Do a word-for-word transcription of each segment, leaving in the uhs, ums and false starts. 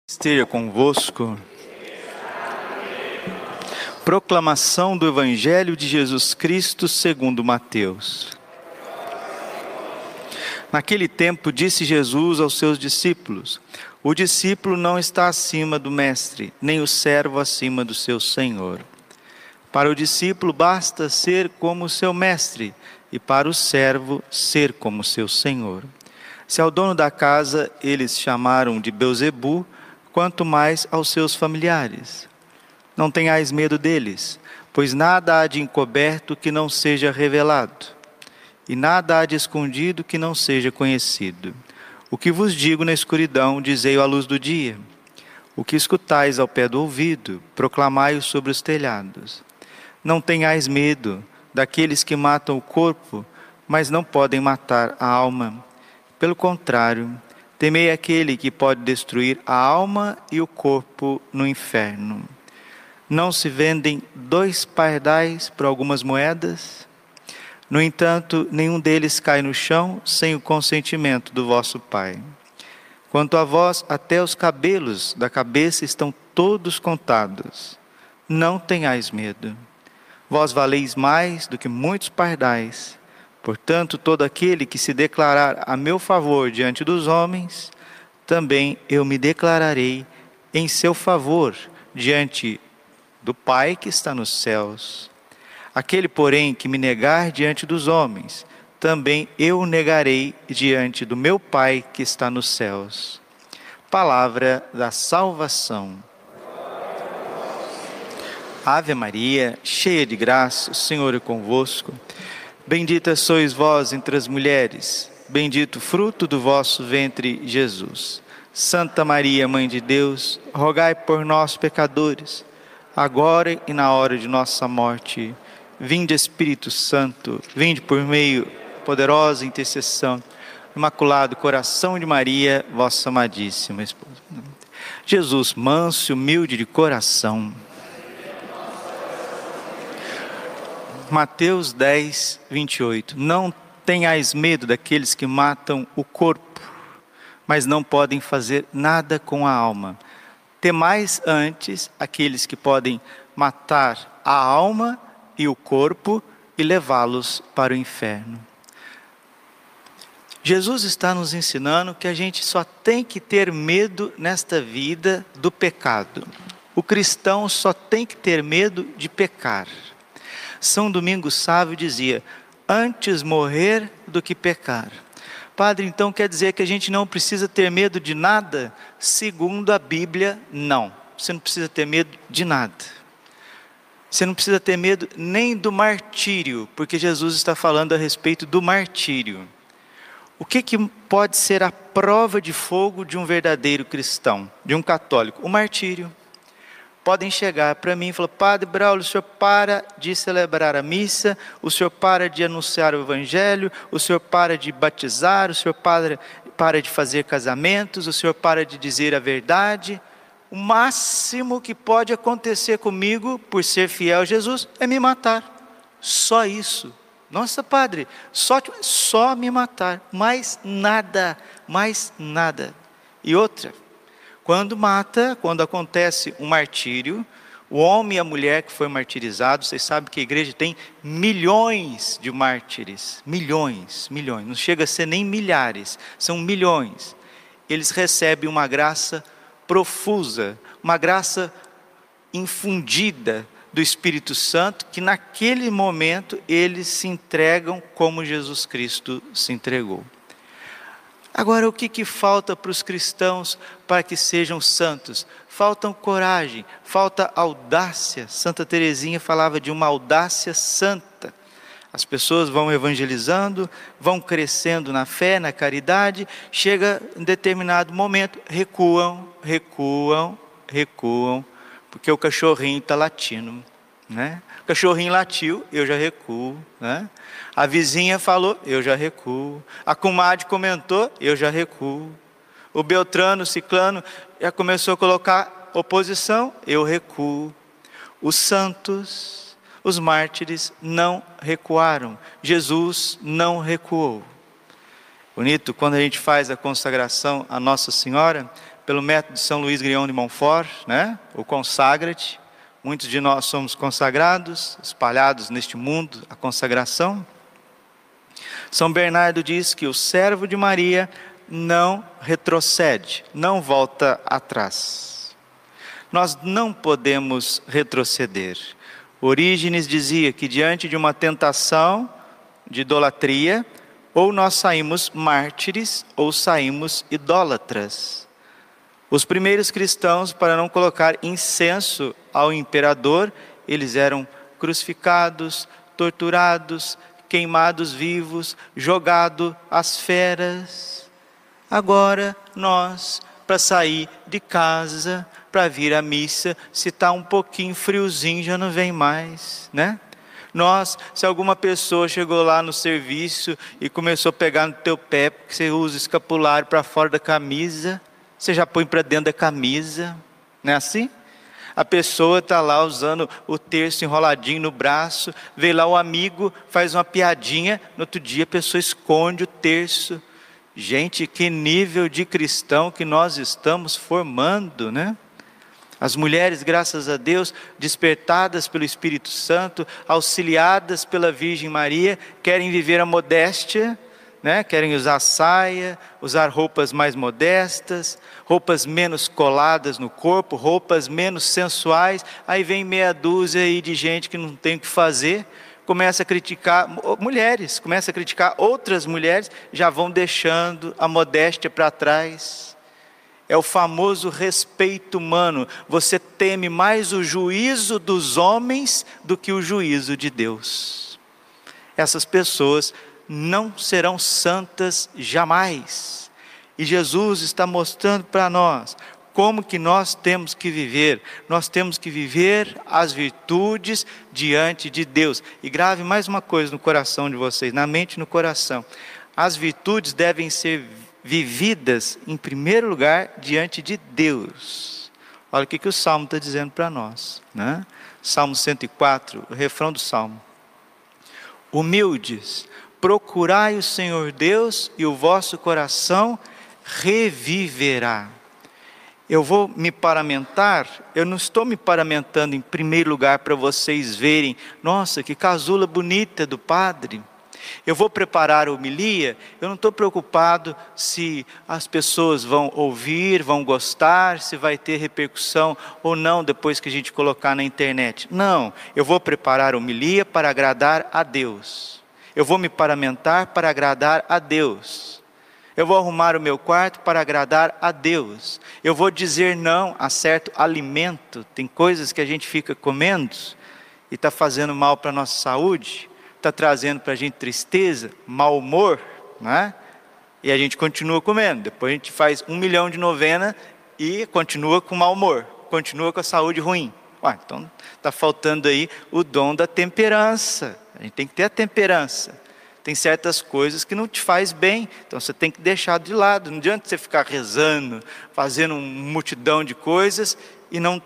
Esteja convosco. Proclamação do Evangelho de Jesus Cristo segundo Mateus. Naquele tempo disse Jesus aos seus discípulos: o discípulo não está acima do mestre, nem o servo acima do seu senhor. Para o discípulo basta ser como o seu mestre, e para o servo ser como o seu senhor. Se ao dono da casa eles chamaram de Belzebu, quanto mais aos seus familiares. Não tenhais medo deles, pois nada há de encoberto que não seja revelado, e nada há de escondido que não seja conhecido. O que vos digo na escuridão, dizei-o à luz do dia. O que escutais ao pé do ouvido, proclamai-o sobre os telhados. Não tenhais medo daqueles que matam o corpo, mas não podem matar a alma. Pelo contrário, temei aquele que pode destruir a alma e o corpo no inferno. Não se vendem dois pardais por algumas moedas? No entanto, nenhum deles cai no chão sem o consentimento do vosso Pai. Quanto a vós, até os cabelos da cabeça estão todos contados. Não tenhais medo. Vós valeis mais do que muitos pardais. Portanto, todo aquele que se declarar a meu favor diante dos homens, também eu me declararei em seu favor diante do Pai que está nos céus. Aquele, porém, que me negar diante dos homens, também eu o negarei diante do meu Pai que está nos céus. Palavra da salvação. Ave Maria, cheia de graça, o Senhor é convosco. Bendita sois vós entre as mulheres, bendito o fruto do vosso ventre, Jesus. Santa Maria, Mãe de Deus, rogai por nós, pecadores, agora e na hora de nossa morte. Vinde, Espírito Santo, vinde por meio poderosa intercessão, Imaculado Coração de Maria, vossa amadíssima esposa. Jesus, manso e humilde de coração. Mateus dez, vinte e oito. Não tenhais medo daqueles que matam o corpo, mas não podem fazer nada com a alma. Temais antes aqueles que podem matar a alma e o corpo e levá-los para o inferno. Jesus está nos ensinando que a gente só tem que ter medo nesta vida do pecado. O cristão só tem que ter medo de pecar. São Domingos Sávio dizia: antes morrer do que pecar. Padre, então quer dizer que a gente não precisa ter medo de nada? Segundo a Bíblia, não. Você não precisa ter medo de nada. Você não precisa ter medo nem do martírio, porque Jesus está falando a respeito do martírio. O que, que pode ser a prova de fogo de um verdadeiro cristão, de um católico? O martírio. Podem chegar para mim e falar: Padre Braulio, o senhor para de celebrar a missa, o senhor para de anunciar o Evangelho, o senhor para de batizar, o senhor para, para de fazer casamentos, o senhor para de dizer a verdade. O máximo que pode acontecer comigo, por ser fiel a Jesus, é me matar. Só isso. Nossa, Padre, só, só me matar, mais nada, mais nada. E outra, quando mata, quando acontece um martírio, o homem e a mulher que foi martirizado, vocês sabem que a igreja tem milhões de mártires, milhões, milhões, não chega a ser nem milhares, são milhões. Eles recebem uma graça profusa, uma graça infundida do Espírito Santo, que naquele momento eles se entregam como Jesus Cristo se entregou. Agora, o que, que falta para os cristãos para que sejam santos? Falta coragem, falta audácia. Santa Teresinha falava de uma audácia santa. As pessoas vão evangelizando, vão crescendo na fé, na caridade, chega em determinado momento, recuam, recuam, recuam, porque o cachorrinho está latindo, né? O cachorrinho latiu, eu já recuo, né? A vizinha falou, eu já recuo. A comadre comentou, eu já recuo. O Beltrano, o Ciclano, já começou a colocar oposição, eu recuo. Os santos, os mártires não recuaram. Jesus não recuou. Bonito, quando a gente faz a consagração à Nossa Senhora, pelo método de São Luís Grignon de Montfort, né? O consagra-te. Muitos de nós somos consagrados, espalhados neste mundo, a consagração. São Bernardo diz que o servo de Maria não retrocede, não volta atrás. Nós não podemos retroceder. Orígenes dizia que diante de uma tentação de idolatria, ou nós saímos mártires, ou saímos idólatras. Os primeiros cristãos, para não colocar incenso ao imperador, eles eram crucificados, torturados, queimados vivos, jogados às feras. Agora nós, para sair de casa, para vir à missa, se está um pouquinho friozinho, já não vem mais, né? Nós, se alguma pessoa chegou lá no serviço e começou a pegar no teu pé, porque você usa escapulário para fora da camisa, você já põe para dentro da camisa, não é assim? A pessoa está lá usando o terço enroladinho no braço, veio lá o amigo, faz uma piadinha, no outro dia a pessoa esconde o terço. Gente, que nível de cristão que nós estamos formando, né? As mulheres, graças a Deus, despertadas pelo Espírito Santo, auxiliadas pela Virgem Maria, querem viver a modéstia, né? Querem usar saia, usar roupas mais modestas, roupas menos coladas no corpo, roupas menos sensuais. Aí vem meia dúzia aí de gente que não tem o que fazer, começa a criticar, mulheres, começa a criticar outras mulheres, já vão deixando a modéstia para trás. É o famoso respeito humano. Você teme mais o juízo dos homens do que o juízo de Deus. Essas pessoas não serão santas jamais. E Jesus está mostrando para nós como que nós temos que viver. Nós temos que viver as virtudes diante de Deus. E grave mais uma coisa no coração de vocês, na mente e no coração. As virtudes devem ser vividas, em primeiro lugar, diante de Deus. Olha o que, que o Salmo está dizendo para nós, né? Salmo cento e quatro, o refrão do Salmo. Humildes, procurai o Senhor Deus e o vosso coração reviverá. Eu vou me paramentar, eu não estou me paramentando em primeiro lugar para vocês verem, nossa, que casula bonita do padre. Eu vou preparar a homilia, eu não estou preocupado se as pessoas vão ouvir, vão gostar, se vai ter repercussão ou não depois que a gente colocar na internet. Não, eu vou preparar a homilia para agradar a Deus. Eu vou me paramentar para agradar a Deus. Eu vou arrumar o meu quarto para agradar a Deus. Eu vou dizer não a certo alimento. Tem coisas que a gente fica comendo e está fazendo mal para a nossa saúde. Está trazendo para a gente tristeza, mau humor, né? E a gente continua comendo. Depois a gente faz um milhão de novena e continua com mau humor, continua com a saúde ruim. Ué, então está faltando aí o dom da temperança. A gente tem que ter a temperança. Tem certas coisas que não te faz bem, então você tem que deixar de lado. Não adianta você ficar rezando, fazendo uma multidão de coisas e não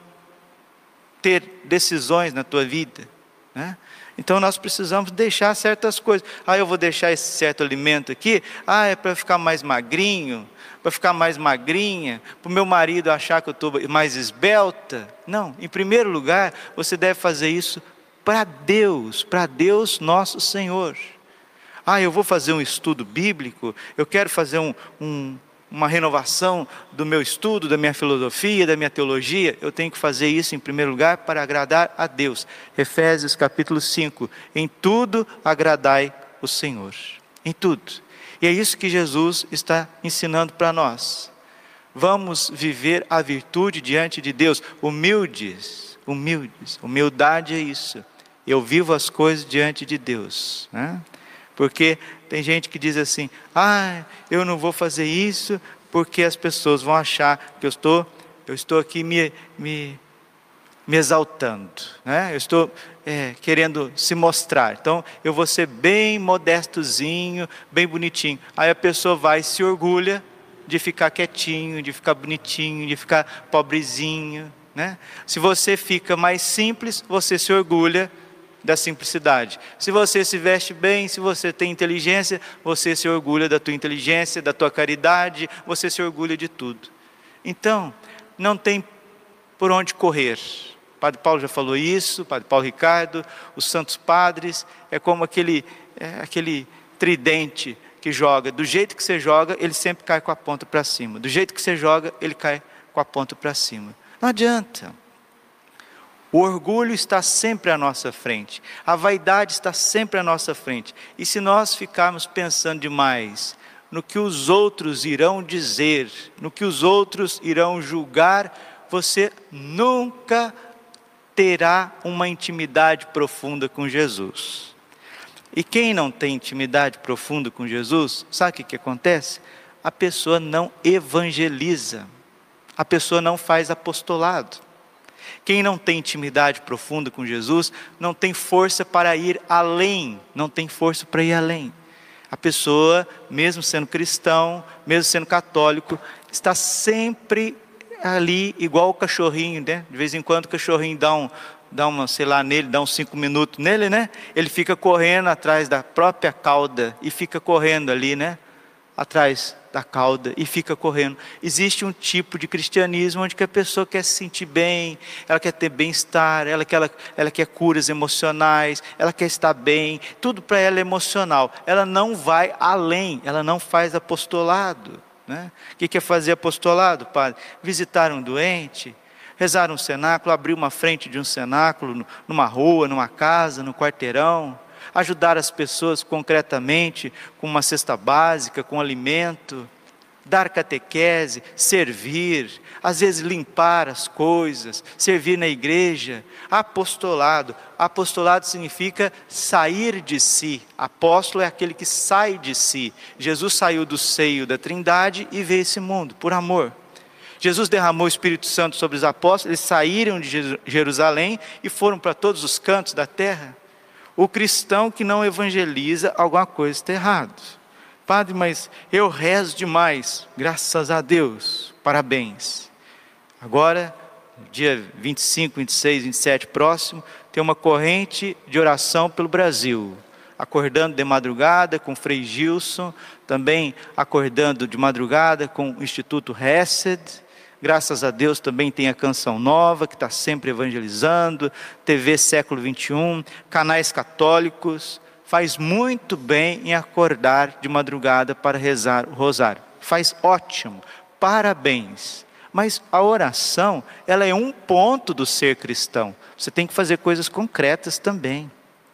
ter decisões na tua vida, né? Então nós precisamos deixar certas coisas. Ah, eu vou deixar esse certo alimento aqui. Ah, é para ficar mais magrinho, para ficar mais magrinha, para o meu marido achar que eu estou mais esbelta. Não, em primeiro lugar, você deve fazer isso para Deus, para Deus nosso Senhor. Ah, eu vou fazer um estudo bíblico, eu quero fazer um, um, uma renovação do meu estudo, da minha filosofia, da minha teologia. Eu tenho que fazer isso em primeiro lugar para agradar a Deus. Efésios capítulo cinco, em tudo agradai o Senhor, em tudo. E é isso que Jesus está ensinando para nós. Vamos viver a virtude diante de Deus, humildes, humildes, humildade é isso. Eu vivo as coisas diante de Deus, né? Porque tem gente que diz assim, ah, eu não vou fazer isso porque as pessoas vão achar que eu estou, eu estou aqui me, me, me exaltando, né? Eu estou é, querendo se mostrar, então eu vou ser bem modestozinho, bem bonitinho. Aí a pessoa vai e se orgulha de ficar quietinho, de ficar bonitinho, de ficar pobrezinho, né? Se você fica mais simples, você se orgulha da simplicidade. Se você se veste bem, se você tem inteligência, você se orgulha da tua inteligência, da tua caridade, você se orgulha de tudo. Então, não tem por onde correr. O Padre Paulo já falou isso, o Padre Paulo Ricardo, os santos padres, é como aquele, é, aquele tridente que joga. Do jeito que você joga, ele sempre cai com a ponta para cima. Do jeito que você joga, ele cai com a ponta para cima. Não adianta. O orgulho está sempre à nossa frente. A vaidade está sempre à nossa frente. E se nós ficarmos pensando demais no que os outros irão dizer, no que os outros irão julgar, você nunca terá uma intimidade profunda com Jesus. E quem não tem intimidade profunda com Jesus, sabe o que, que acontece? A pessoa não evangeliza, a pessoa não faz apostolado. Quem não tem intimidade profunda com Jesus, não tem força para ir além, não tem força para ir além. A pessoa, mesmo sendo cristão, mesmo sendo católico, está sempre ali, igual o cachorrinho, né? De vez em quando o cachorrinho dá um, dá uma, sei lá, nele, dá uns cinco minutos nele, né? Ele fica correndo atrás da própria cauda, e fica correndo ali, né? Atrás da cauda, e fica correndo. Existe um tipo de cristianismo onde que a pessoa quer se sentir bem, ela quer ter bem-estar, ela, ela, ela quer curas emocionais, ela quer estar bem, tudo para ela é emocional. Ela não vai além, ela não faz apostolado, né? O que quer fazer apostolado, padre? Visitar um doente, rezar um cenáculo, abrir uma frente de um cenáculo, numa rua, numa casa, no quarteirão, ajudar as pessoas concretamente, com uma cesta básica, com alimento, dar catequese, servir, às vezes limpar as coisas, servir na igreja. Apostolado, apostolado significa sair de si. Apóstolo é aquele que sai de si. Jesus saiu do seio da Trindade e veio a esse mundo, por amor. Jesus derramou o Espírito Santo sobre os apóstolos, eles saíram de Jerusalém e foram para todos os cantos da terra. O cristão que não evangeliza, alguma coisa está errado. Padre, mas eu rezo demais. Graças a Deus, parabéns. Agora, dia vinte e cinco, vinte e seis, vinte e sete próximo, tem uma corrente de oração pelo Brasil. Acordando de madrugada com o Frei Gilson, também acordando de madrugada com o Instituto Hesed. Graças a Deus também tem a Canção Nova, que está sempre evangelizando, T V Século vinte e um, canais católicos. Faz muito bem em acordar de madrugada para rezar o rosário. Faz ótimo, parabéns. Mas a oração, ela é um ponto do ser cristão. Você tem que fazer coisas concretas também.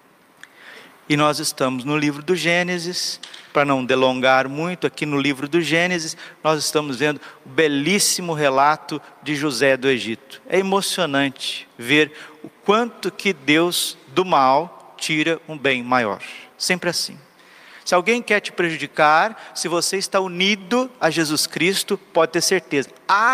E nós estamos no livro do Gênesis. Para não delongar muito, aqui no livro do Gênesis, nós estamos vendo o belíssimo relato de José do Egito. É emocionante ver o quanto que Deus do mal tira um bem maior. Sempre assim. Se alguém quer te prejudicar, se você está unido a Jesus Cristo, pode ter certeza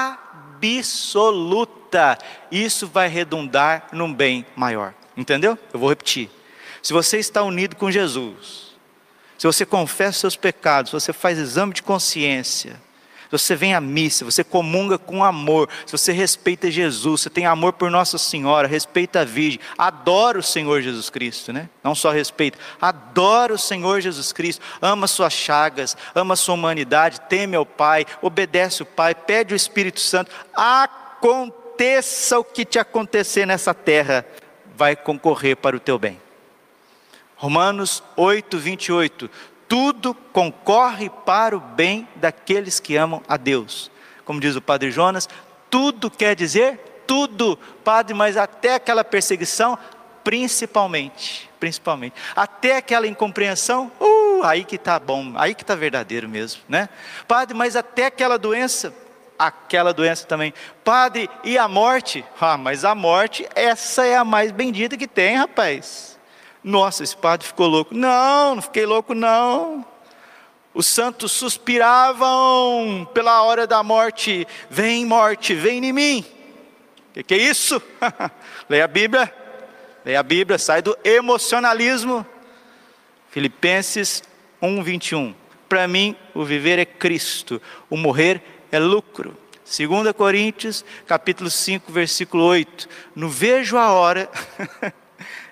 absoluta, isso vai redundar num bem maior. Entendeu? Eu vou repetir. Se você está unido com Jesus, se você confessa seus pecados, se você faz exame de consciência, se você vem à missa, você comunga com amor, se você respeita Jesus, você tem amor por Nossa Senhora, respeita a Virgem, adora o Senhor Jesus Cristo, né? Não só respeita, adora o Senhor Jesus Cristo, ama suas chagas, ama sua humanidade, teme ao Pai, obedece o Pai, pede o Espírito Santo, aconteça o que te acontecer nessa terra, vai concorrer para o teu bem. Romanos oito, vinte e oito, tudo concorre para o bem daqueles que amam a Deus. Como diz o Padre Jonas, tudo quer dizer tudo. Padre, mas até aquela perseguição, principalmente, principalmente. Até aquela incompreensão, uh, aí que está bom, aí que está verdadeiro mesmo, né? Padre, mas até aquela doença, aquela doença também. Padre, e a morte? Ah, mas a morte, essa é a mais bendita que tem, rapaz. Nossa, esse padre ficou louco. Não, não fiquei louco não. Os santos suspiravam pela hora da morte. Vem morte, vem em mim. O que, que é isso? Leia a Bíblia. Leia a Bíblia, sai do emocionalismo. Filipenses um, vinte e um. Para mim, o viver é Cristo, o morrer é lucro. Segunda Coríntios, capítulo cinco, versículo oito. No vejo a hora...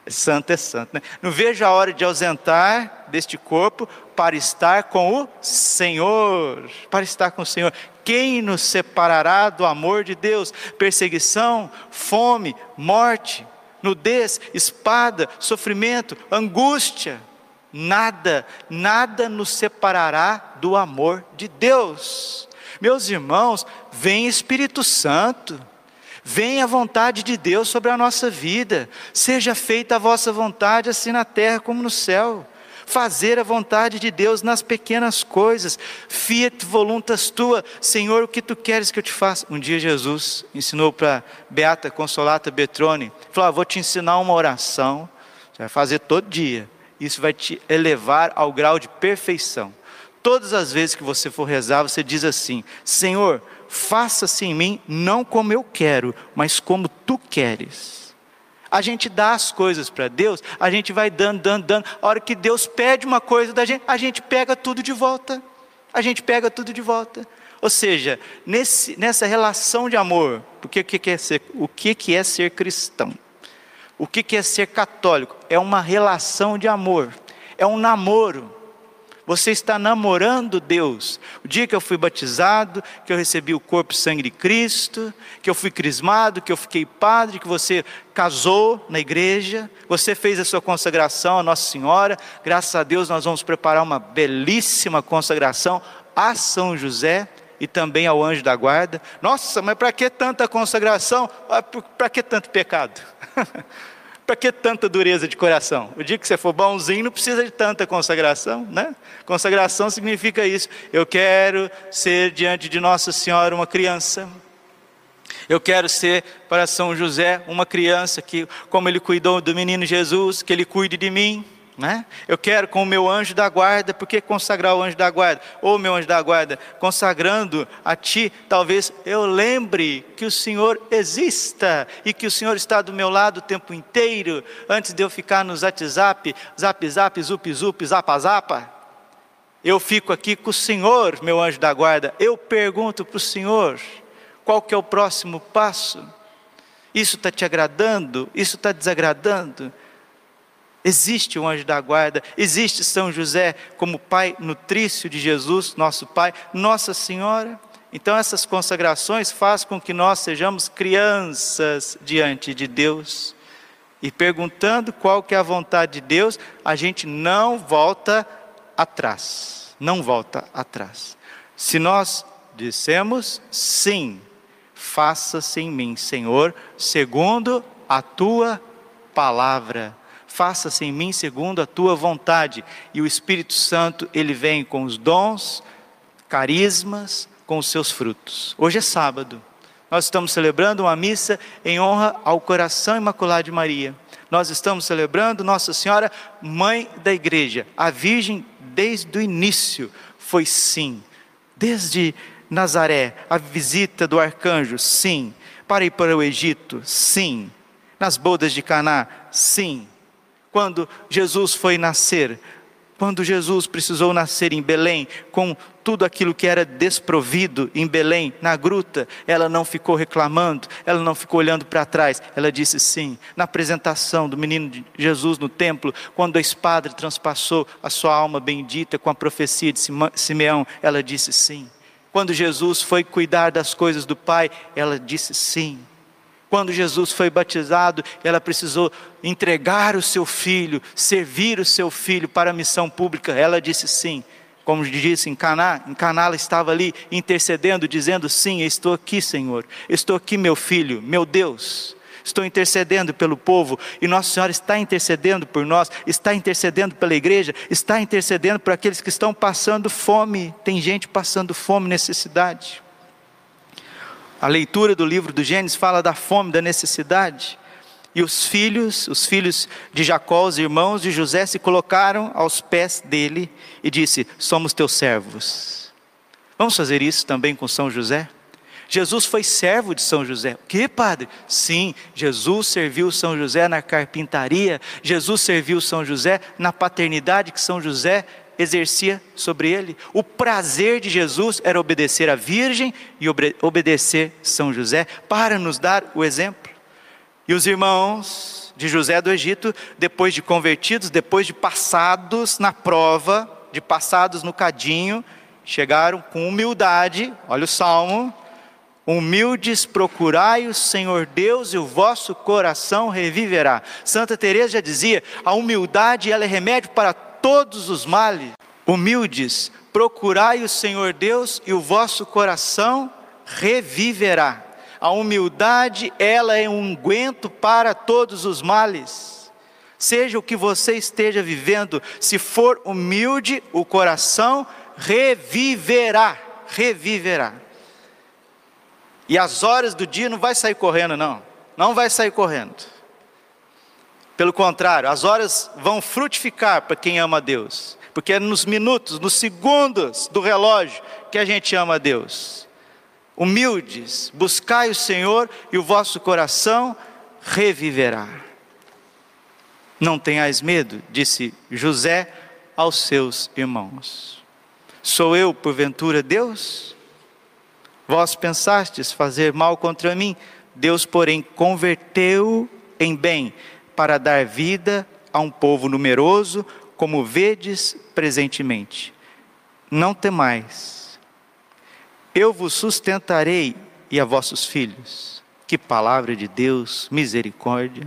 Santo é santo, né? Não vejo a hora de ausentar deste corpo para estar com o Senhor, para estar com o Senhor. Quem nos separará do amor de Deus? Perseguição, fome, morte, nudez, espada, sofrimento, angústia. Nada, nada nos separará do amor de Deus. Meus irmãos, vem Espírito Santo. Venha a vontade de Deus sobre a nossa vida. Seja feita a vossa vontade, assim na terra como no céu. Fazer a vontade de Deus nas pequenas coisas. Fiat voluntas tua. Senhor, o que tu queres que eu te faça? Um dia Jesus ensinou para Beata Consolata Betrone. Falou, ah, vou te ensinar uma oração. Você vai fazer todo dia. Isso vai te elevar ao grau de perfeição. Todas as vezes que você for rezar, você diz assim, Senhor, faça-se em mim, não como eu quero, mas como tu queres. A gente dá as coisas para Deus, a gente vai dando, dando, dando. A hora que Deus pede uma coisa da gente, a gente pega tudo de volta. A gente pega tudo de volta. Ou seja, nesse, nessa relação de amor, porque o que é ser, o que é ser cristão? O que é ser católico? É uma relação de amor, é um namoro. Você está namorando Deus. O dia que eu fui batizado, que eu recebi o corpo e sangue de Cristo, que eu fui crismado, que eu fiquei padre, que você casou na igreja, você fez a sua consagração a Nossa Senhora, graças a Deus nós vamos preparar uma belíssima consagração a São José e também ao anjo da guarda. Nossa, mas para que tanta consagração? Para que tanto pecado? Para que tanta dureza de coração? O dia que você for bonzinho não precisa de tanta consagração, né? Consagração significa isso. Eu quero ser diante de Nossa Senhora uma criança. Eu quero ser para São José uma criança que, como ele cuidou do menino Jesus, que ele cuide de mim, né? Eu quero com o meu anjo da guarda. Por que consagrar o anjo da guarda? Ô meu anjo da guarda, consagrando a ti, talvez eu lembre que o Senhor exista e que o Senhor está do meu lado o tempo inteiro, antes de eu ficar no WhatsApp, zap zap, zup zup, zapa zapa. Eu fico aqui com o Senhor, meu anjo da guarda. Eu pergunto para o Senhor, qual que é o próximo passo? Isso está te agradando? Isso está desagradando? Existe o anjo da guarda, existe São José como pai nutrício de Jesus, nosso pai, Nossa Senhora. Então essas consagrações fazem com que nós sejamos crianças diante de Deus. E perguntando qual que é a vontade de Deus, a gente não volta atrás, não volta atrás. Se nós dissemos sim, faça-se em mim, Senhor, segundo a tua palavra. Faça-se em mim segundo a tua vontade. E o Espírito Santo, ele vem com os dons, carismas, com os seus frutos. Hoje é sábado. Nós estamos celebrando uma missa em honra ao coração imaculado de Maria. Nós estamos celebrando Nossa Senhora, mãe da igreja. A Virgem, desde o início, foi sim. Desde Nazaré, a visita do arcanjo, sim. Para ir para o Egito, sim. Nas bodas de Caná, sim. Quando Jesus foi nascer, quando Jesus precisou nascer em Belém, com tudo aquilo que era desprovido em Belém, na gruta, ela não ficou reclamando, ela não ficou olhando para trás, ela disse sim. Na apresentação do menino de Jesus no templo, quando a espada transpassou a sua alma bendita com a profecia de Simeão, ela disse sim. Quando Jesus foi cuidar das coisas do Pai, ela disse sim. Quando Jesus foi batizado, ela precisou entregar o seu filho, servir o seu filho para a missão pública, ela disse sim. Como disse em Caná, em Caná ela estava ali intercedendo, dizendo sim, estou aqui, Senhor, estou aqui, meu filho, meu Deus, estou intercedendo pelo povo, e Nossa Senhora está intercedendo por nós, está intercedendo pela igreja, está intercedendo por aqueles que estão passando fome. Tem gente passando fome, necessidade. A leitura do livro do Gênesis fala da fome, da necessidade. E os filhos, os filhos de Jacó, os irmãos de José, se colocaram aos pés dele e disse: somos teus servos. Vamos fazer isso também com São José? Jesus foi servo de São José. O que, padre? Sim, Jesus serviu São José na carpintaria. Jesus serviu São José na paternidade que São José exercia sobre ele. O prazer de Jesus era obedecer a Virgem e obede- obedecer São José, para nos dar o exemplo. E os irmãos de José do Egito, depois de convertidos, depois de passados na prova, de passados no cadinho, chegaram com humildade, olha o Salmo, humildes procurai o Senhor Deus e o vosso coração reviverá. Santa Teresa já dizia, a humildade ela é remédio para todos os males. Humildes, procurai o Senhor Deus e o vosso coração reviverá. A humildade ela é um unguento para todos os males. Seja o que você esteja vivendo, se for humilde, o coração reviverá, reviverá. E as horas do dia não vai sair correndo não, não vai sair correndo. Pelo contrário, as horas vão frutificar para quem ama a Deus. Porque é nos minutos, nos segundos do relógio que a gente ama a Deus. Humildes, buscai o Senhor e o vosso coração reviverá. Não tenhais medo, disse José aos seus irmãos. Sou eu, porventura, Deus? Vós pensastes fazer mal contra mim, Deus, porém, converteu em bem, para dar vida a um povo numeroso, como vedes presentemente. Não temais, eu vos sustentarei e a vossos filhos. Que palavra de Deus, misericórdia.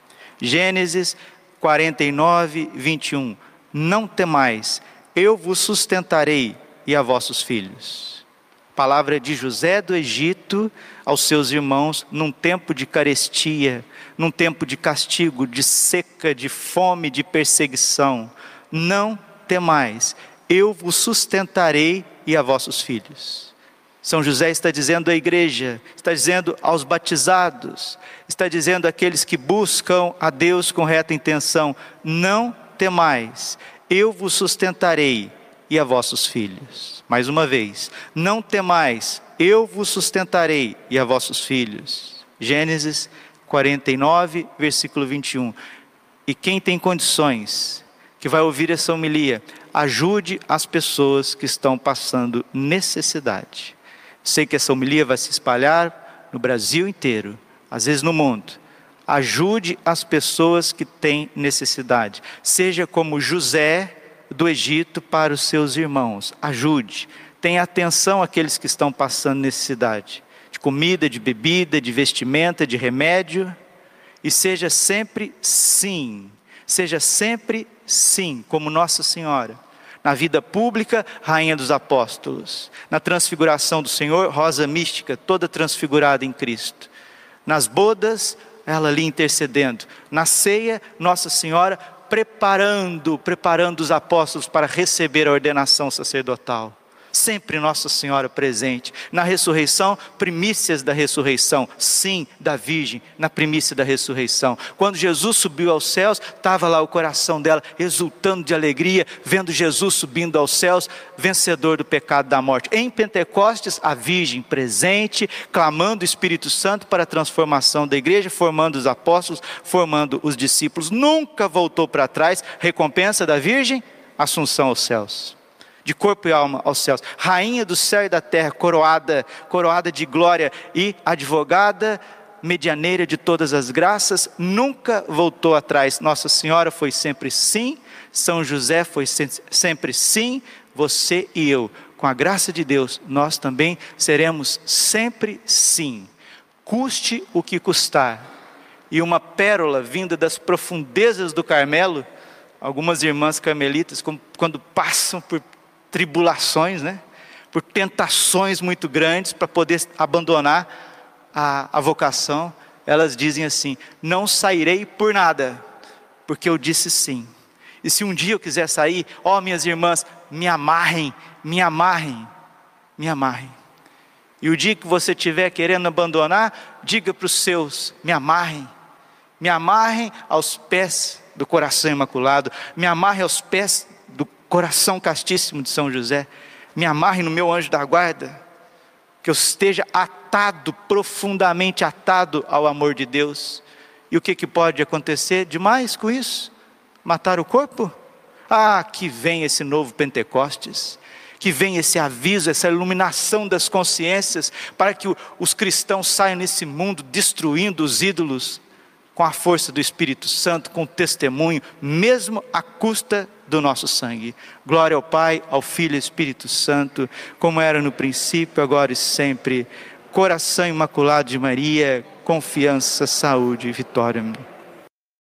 Gênesis quarenta e nove, vinte e um. Não temais, eu vos sustentarei e a vossos filhos. Palavra de José do Egito aos seus irmãos, num tempo de carestia, num tempo de castigo, de seca, de fome, de perseguição. Não temais, eu vos sustentarei e a vossos filhos. São José está dizendo à igreja, está dizendo aos batizados, está dizendo àqueles que buscam a Deus com reta intenção, não temais, eu vos sustentarei e a vossos filhos. Mais uma vez, não temais, eu vos sustentarei e a vossos filhos. Gênesis quarenta e nove, versículo vinte e um. E quem tem condições, que vai ouvir essa homilia, ajude as pessoas que estão passando necessidade. Sei que essa homilia vai se espalhar no Brasil inteiro, às vezes no mundo. Ajude as pessoas que têm necessidade. Seja como José do Egito para os seus irmãos. Ajude. Tenha atenção àqueles que estão passando necessidade. De comida, de bebida, de vestimenta, de remédio. E seja sempre sim. Seja sempre sim, como Nossa Senhora. Na vida pública, Rainha dos Apóstolos. Na transfiguração do Senhor, Rosa Mística, toda transfigurada em Cristo. Nas bodas, ela ali intercedendo. Na ceia, Nossa Senhora preparando, preparando os apóstolos para receber a ordenação sacerdotal. Sempre Nossa Senhora presente. Na ressurreição, primícias da ressurreição. Sim, da Virgem, na primícia da ressurreição. Quando Jesus subiu aos céus, estava lá o coração dela exultando de alegria, vendo Jesus subindo aos céus, vencedor do pecado da morte. Em Pentecostes, a Virgem presente, clamando o Espírito Santo para a transformação da igreja, formando os apóstolos, formando os discípulos. Nunca voltou para trás. Recompensa da Virgem, assunção aos céus. De corpo e alma aos céus, rainha do céu e da terra, coroada, coroada de glória e advogada, medianeira de todas as graças, nunca voltou atrás. Nossa Senhora foi sempre sim, São José foi sempre sim, você e eu, com a graça de Deus, nós também seremos sempre sim, custe o que custar. E uma pérola vinda das profundezas do Carmelo, algumas irmãs carmelitas, quando passam por tribulações, né? Por tentações muito grandes para poder abandonar a, a vocação, elas dizem assim: não sairei por nada, porque eu disse sim. E se um dia eu quiser sair, ó minhas irmãs, me amarrem, me amarrem, me amarrem. E o dia que você estiver querendo abandonar, diga para os seus: me amarrem, me amarrem aos pés do coração imaculado, me amarrem aos pés do coração castíssimo de São José, me amarre no meu anjo da guarda, que eu esteja atado, profundamente atado ao amor de Deus. E o que, que pode acontecer demais com isso? Matar o corpo? Ah, que vem esse novo Pentecostes, que vem esse aviso, essa iluminação das consciências, para que os cristãos saiam nesse mundo destruindo os ídolos, com a força do Espírito Santo, com o testemunho, mesmo à custa do nosso sangue. Glória ao Pai, ao Filho e ao Espírito Santo, como era no princípio, agora e sempre. Coração imaculado de Maria, confiança, saúde e vitória.